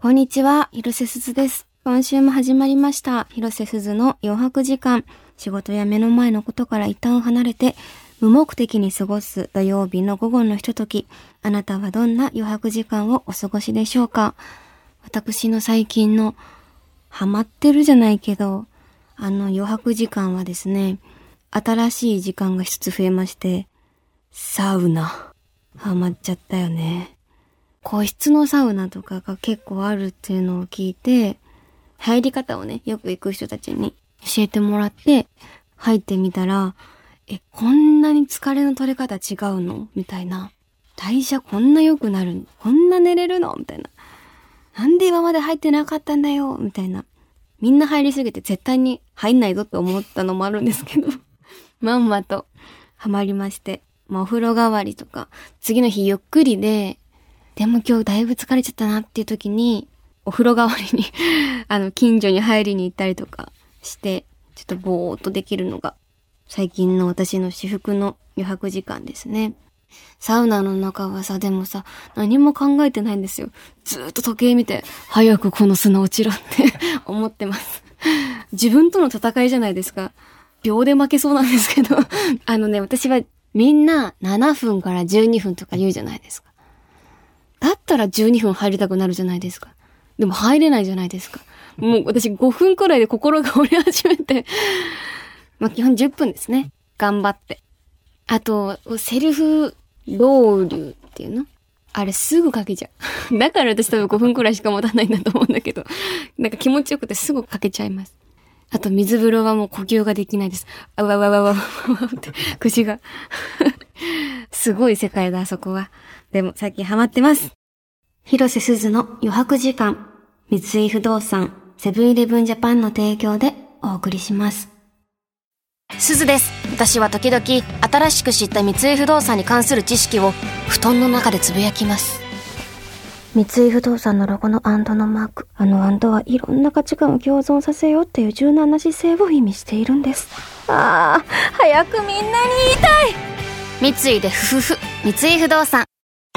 こんにちは、広瀬すずです。今週も始まりました、広瀬すずの余白時間。仕事や目の前のことから一旦離れて、無目的に過ごす土曜日の午後のひととき、あなたはどんな余白時間をお過ごしでしょうか？私の最近のハマってるじゃないけど、余白時間はですね、新しい時間が一つ増えまして、サウナ。ハマっちゃったよね。個室のサウナとかが結構あるっていうのを聞いて、入り方をね、よく行く人たちに教えてもらって、入ってみたら、こんなに疲れの取れ方違うのみたいな。代謝こんな良くなるの？こんな寝れるの？みたいな。なんで今まで入ってなかったんだよみたいな。みんな入りすぎて絶対に入んないぞって思ったのもあるんですけど、まんまとハマりまして。お風呂代わりとか、次の日ゆっくりで、でも今日だいぶ疲れちゃったなっていう時に、お風呂代わりに、近所に入りに行ったりとかして、ちょっとぼーっとできるのが、最近の私の至福の余白時間ですね。サウナの中はさ、でもさ、何も考えてないんですよ。ずーっと時計見て、早くこの砂落ちろって思ってます。自分との戦いじゃないですか。秒で負けそうなんですけど。私はみんな7分から12分とか言うじゃないですか。だったら12分入りたくなるじゃないですか。でも入れないじゃないですか。もう私5分くらいで心が折れ始めて。基本10分ですね。頑張って。あと、セルフロウリュっていうの？あれすぐかけちゃう。だから私多分5分くらいしか持たないんだと思うんだけど。なんか気持ちよくてすぐかけちゃいます。あと水風呂はもう呼吸ができないです。あわわわわわわって口が。すごい世界だ、あそこは。でも最近ハマってます。広瀬すずの余白時間。三井不動産、セブンイレブンジャパンの提供でお送りします。 すずです。私は時々新しく知った三井不動産に関する知識を布団の中でつぶやきます。 三井不動産のロゴの&のマーク。&はいろんな価値観を共存させようっていう柔軟な姿勢を意味しているんです。ああ、早くみんなに言いたい。 三井でふふふ。三井不動産。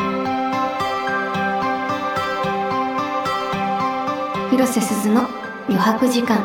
広瀬すずの余白時間。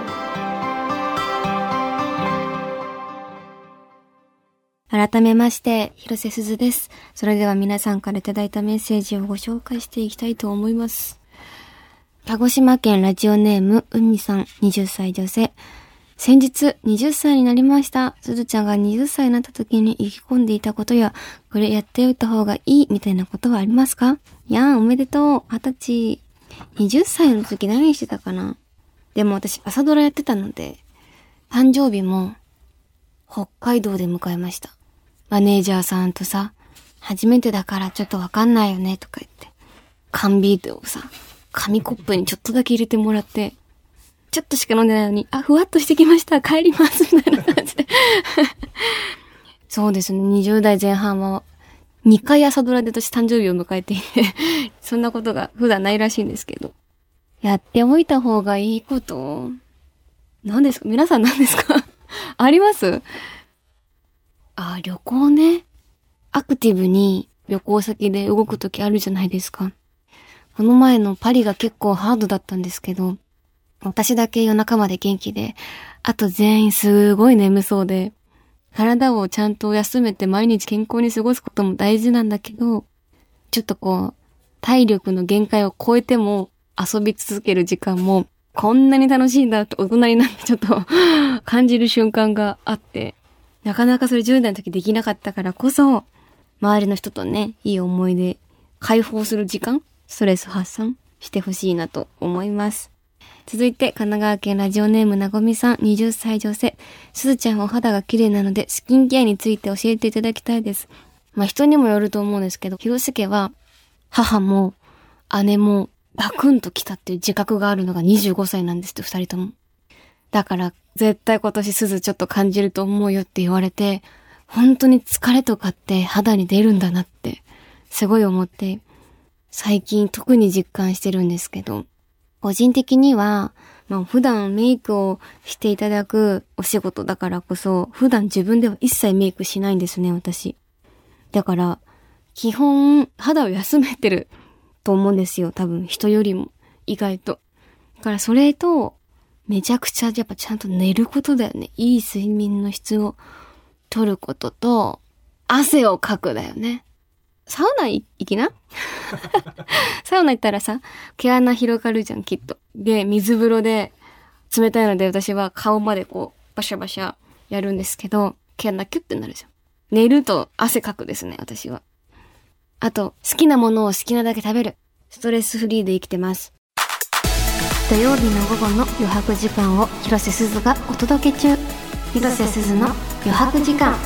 改めまして、広瀬すずです。それでは皆さんからいただいたメッセージをご紹介していきたいと思います。鹿児島県ラジオネーム海さん、20歳女性。先日20歳になりました。すずちゃんが20歳になった時に意気込んでいたことや、これやっておいた方がいいみたいなことはありますか？おめでとう。20歳。20歳の時何してたかな？でも私朝ドラやってたので、誕生日も北海道で迎えました。マネージャーさんとさ、初めてだからちょっとわかんないよねとか言って、缶ビールをさ、紙コップにちょっとだけ入れてもらって、ちょっとしか飲んでないのに、ふわっとしてきました、帰りますみたいな感じでそうですね、20代前半は2回朝ドラで私誕生日を迎えていてそんなことが普段ないらしいんですけど、やっておいた方がいいこと何ですか？皆さん何ですか？あります？旅行ね。アクティブに旅行先で動くときあるじゃないですか。この前のパリが結構ハードだったんですけど、私だけ夜中まで元気で、あと全員すごい眠そうで、体をちゃんと休めて毎日健康に過ごすことも大事なんだけど、ちょっと体力の限界を超えても遊び続ける時間もこんなに楽しいんだって大人になってちょっと感じる瞬間があって、なかなかそれ10代の時できなかったからこそ、周りの人とね、いい思い出、解放する時間、ストレス発散してほしいなと思います。続いて、神奈川県ラジオネームなごみさん、20歳女性。すずちゃんはお肌が綺麗なので、スキンケアについて教えていただきたいです。人にもよると思うんですけど、広瀬家は、母も姉もバクンと来たっていう自覚があるのが25歳なんですって、2人とも。だから、絶対今年すずちょっと感じると思うよって言われて、本当に疲れとかって肌に出るんだなって、すごい思って、最近特に実感してるんですけど、個人的には、普段メイクをしていただくお仕事だからこそ、普段自分では一切メイクしないんですね、私。だから、基本、肌を休めてると思うんですよ、多分人よりも。 意外と。だからそれと、めちゃくちゃやっぱちゃんと寝ることだよね。いい睡眠の質を取ることと、汗をかくだよね。サウナ行きなサウナ行ったらさ、毛穴広がるじゃん、きっと。で、水風呂で、冷たいので私は顔までこう、バシャバシャやるんですけど、毛穴キュッてなるじゃん。寝ると汗かくですね、私は。あと、好きなものを好きなだけ食べる。ストレスフリーで生きてます。土曜日の午後の余白時間を広瀬すずがお届け中。広瀬すずの余白時間。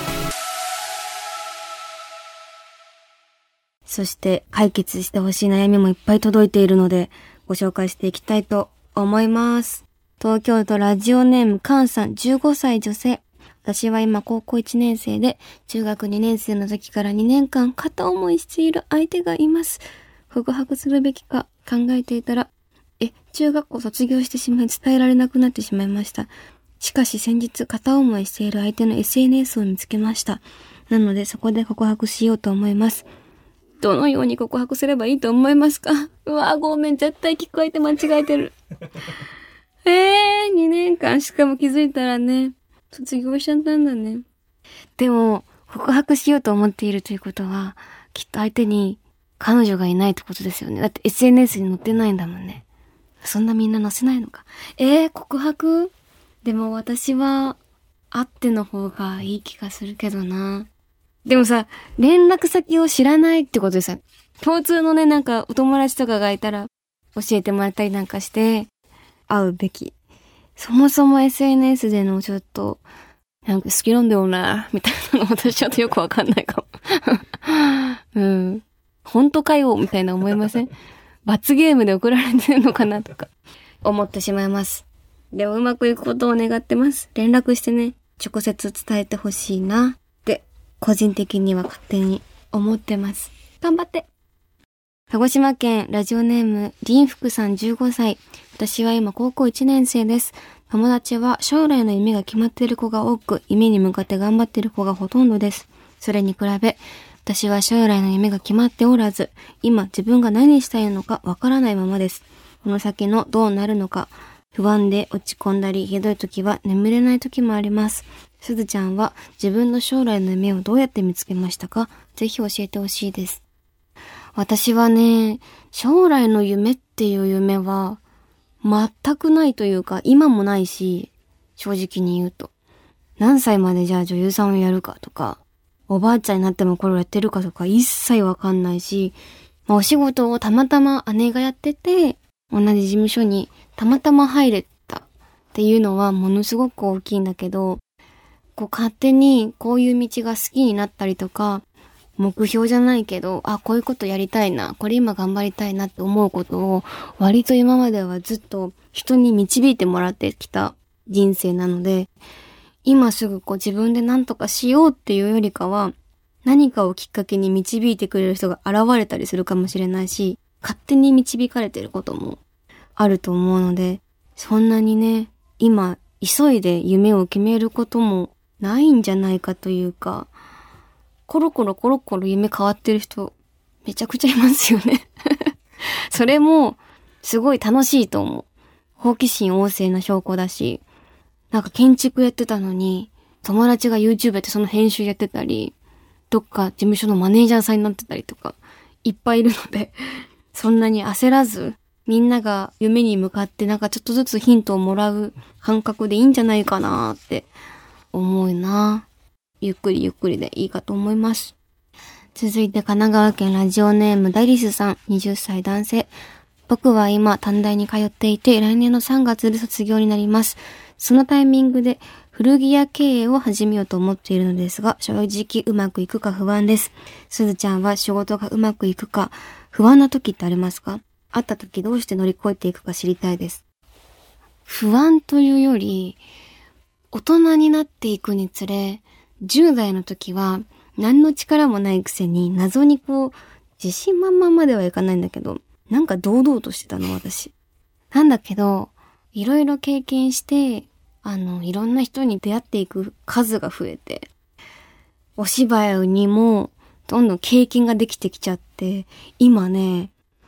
そして解決してほしい悩みもいっぱい届いているのでご紹介していきたいと思います。東京都ラジオネームカンさん、15歳女性。私は今高校1年生で中学2年生の時から2年間片思いしている相手がいます。告白するべきか考えていたら中学校卒業してしまい伝えられなくなってしまいました。しかし先日片思いしている相手の SNS を見つけました。なのでそこで告白しようと思います。どのように告白すればいいと思いますか？うわ、ごめん、絶対聞こえて間違えてる。2年間しかも気づいたらね、卒業しちゃったんだね。でも、告白しようと思っているということは、きっと相手に彼女がいないってことですよね。だって SNS に載ってないんだもんね。そんなみんな載せないのか。告白？でも私は、会っての方がいい気がするけどな。でもさ、連絡先を知らないってことでさ、共通のね、なんかお友達とかがいたら、教えてもらったりなんかして、会うべき。そもそも SNS でのちょっと、なんか好きなんだよな、みたいなの私ちょっとよくわかんないかも。本当かよ、みたいな思いません？罰ゲームで送られてるのかなとか、思ってしまいます。でもうまくいくことを願ってます。連絡してね、直接伝えてほしいな、って、個人的には勝手に思ってます。頑張って。鹿児島県ラジオネーム林福さん15歳。私は今高校1年生です。友達は将来の夢が決まっている子が多く、夢に向かって頑張っている子がほとんどです。それに比べ、私は将来の夢が決まっておらず、今自分が何したいのかわからないままです。この先のどうなるのか、不安で落ち込んだり、ひどい時は眠れない時もあります。すずちゃんは自分の将来の夢をどうやって見つけましたか？ぜひ教えてほしいです。私はね、将来の夢っていう夢は全くないというか、今もないし、正直に言うと。何歳までじゃあ女優さんをやるかとか、おばあちゃんになってもこれをやってるかとか一切わかんないし、お仕事をたまたま姉がやってて、同じ事務所にたまたま入れたっていうのはものすごく大きいんだけど、こう勝手にこういう道が好きになったりとか、目標じゃないけど、こういうことやりたいな、これ今頑張りたいなって思うことを、割と今まではずっと人に導いてもらってきた人生なので、今すぐこう自分で何とかしようっていうよりかは、何かをきっかけに導いてくれる人が現れたりするかもしれないし、勝手に導かれてることもあると思うので、そんなにね、今急いで夢を決めることもないんじゃないかというか、コロコロ夢変わってる人めちゃくちゃいますよねそれもすごい楽しいと思う。好奇心旺盛な証拠だし、なんか建築やってたのに友達が YouTube やってその編集やってたり、どっか事務所のマネージャーさんになってたりとかいっぱいいるので、そんなに焦らずみんなが夢に向かってなんかちょっとずつヒントをもらう感覚でいいんじゃないかなって思うな。ゆっくりでいいかと思います。続いて神奈川県ラジオネームダリスさん、20歳男性。僕は今短大に通っていて、来年の3月で卒業になります。そのタイミングで古着屋経営を始めようと思っているのですが、正直うまくいくか不安です。すずちゃんは仕事がうまくいくか不安な時ってありますか？あった時どうして乗り越えていくか知りたいです。不安というより、大人になっていくにつれ、10代の時は何の力もないくせに謎にこう自信満々まではいかないんだけど、なんか堂々としてたの私。なんだけど、いろいろ経験して、いろんな人に出会っていく数が増えて、お芝居にもどんどん経験ができてきちゃって、今ね、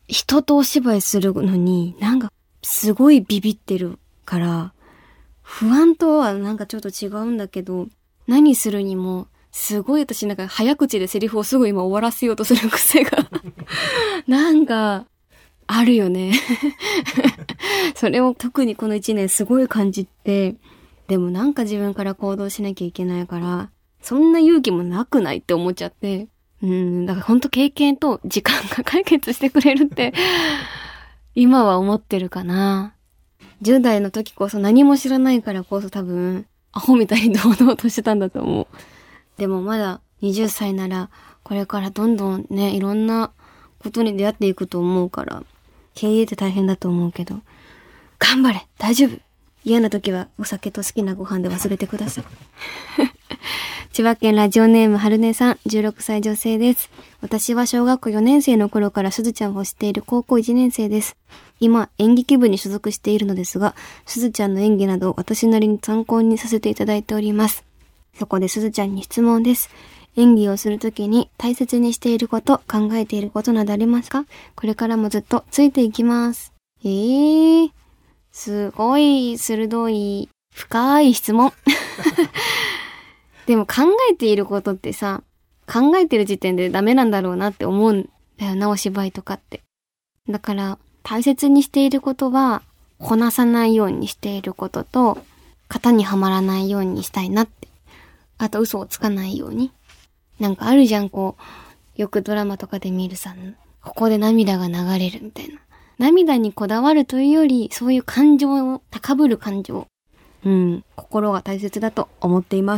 人とお芝居するのになんかすごいビビってるから、不安とはなんかちょっと違うんだけど、何するにもすごい私なんか早口でセリフをすぐ今終わらせようとする癖がなんかあるよねそれを特にこの1年すごい感じて、でもなんか自分から行動しなきゃいけないから、そんな勇気もなくないって思っちゃって、だからほんと経験と時間が解決してくれるって今は思ってるかな。10代の時こそ何も知らないからこそ多分アホみたいに堂々としてたんだと思う。でもまだ20歳ならこれからどんどんね、いろんなことに出会っていくと思うから、経営って大変だと思うけど、頑張れ、大丈夫。嫌な時はお酒と好きなご飯で忘れてください千葉県ラジオネームはるねさん、16歳女性です。私は小学校4年生の頃からすずちゃんを知っている高校1年生です。今演劇部に所属しているのですが、すずちゃんの演技など私なりに参考にさせていただいております。そこですずちゃんに質問です。演技をするときに大切にしていること、考えていることなどありますか？これからもずっとついていきます。すごい鋭い深い質問でも考えていることってさ、考えてる時点でダメなんだろうなって思うんだよな、お芝居とかって。だから大切にしていることはこなさないようにしていることと、型にはまらないようにしたいなって。あと嘘をつかないように。なんかあるじゃん、こうよくドラマとかで見るさ、ここで涙が流れるみたいな。涙にこだわるというより、そういう感情を高ぶる感情、心が大切だと思っています。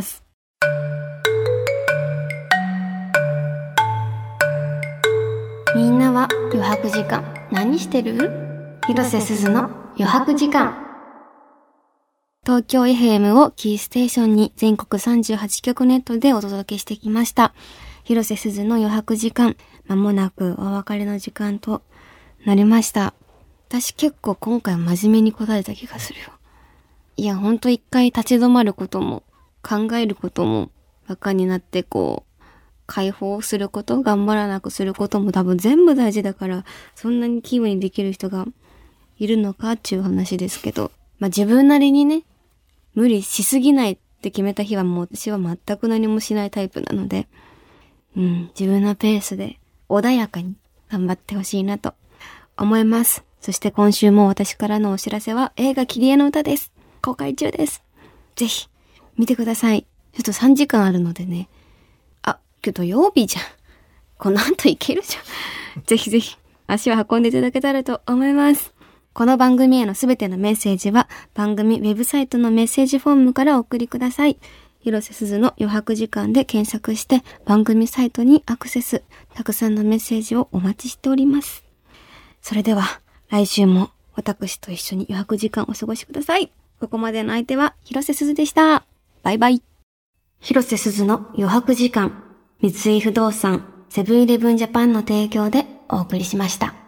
みんなは余白時間何してる？広瀬すずの余白時間。東京 FM をキーステーションに全国38局ネットでお届けしてきました。広瀬すずの余白時間。まもなくお別れの時間となりました。私結構今回真面目に答えた気がするよ。いや、ほんと一回立ち止まることも考えることもバカになって解放すること、頑張らなくすることも多分全部大事だから、そんなに気分にできる人がいるのかっていう話ですけど、自分なりにね、無理しすぎないって決めた日はもう私は全く何もしないタイプなので、自分のペースで穏やかに頑張ってほしいなと思います。そして今週も私からのお知らせは映画キリエの歌です。公開中です。ぜひ見てください。ちょっと3時間あるのでね。今日土曜日じゃん。この後いけるじゃん。ぜひぜひ足を運んでいただけたらと思います。この番組へのすべてのメッセージは番組ウェブサイトのメッセージフォームからお送りください。広瀬すずの余白時間で検索して番組サイトにアクセス。たくさんのメッセージをお待ちしております。それでは来週も私と一緒に余白時間をお過ごしください。ここまでの相手は広瀬すずでした。バイバイ。広瀬すずの余白時間。三井不動産、セブンイレブンジャパンの提供でお送りしました。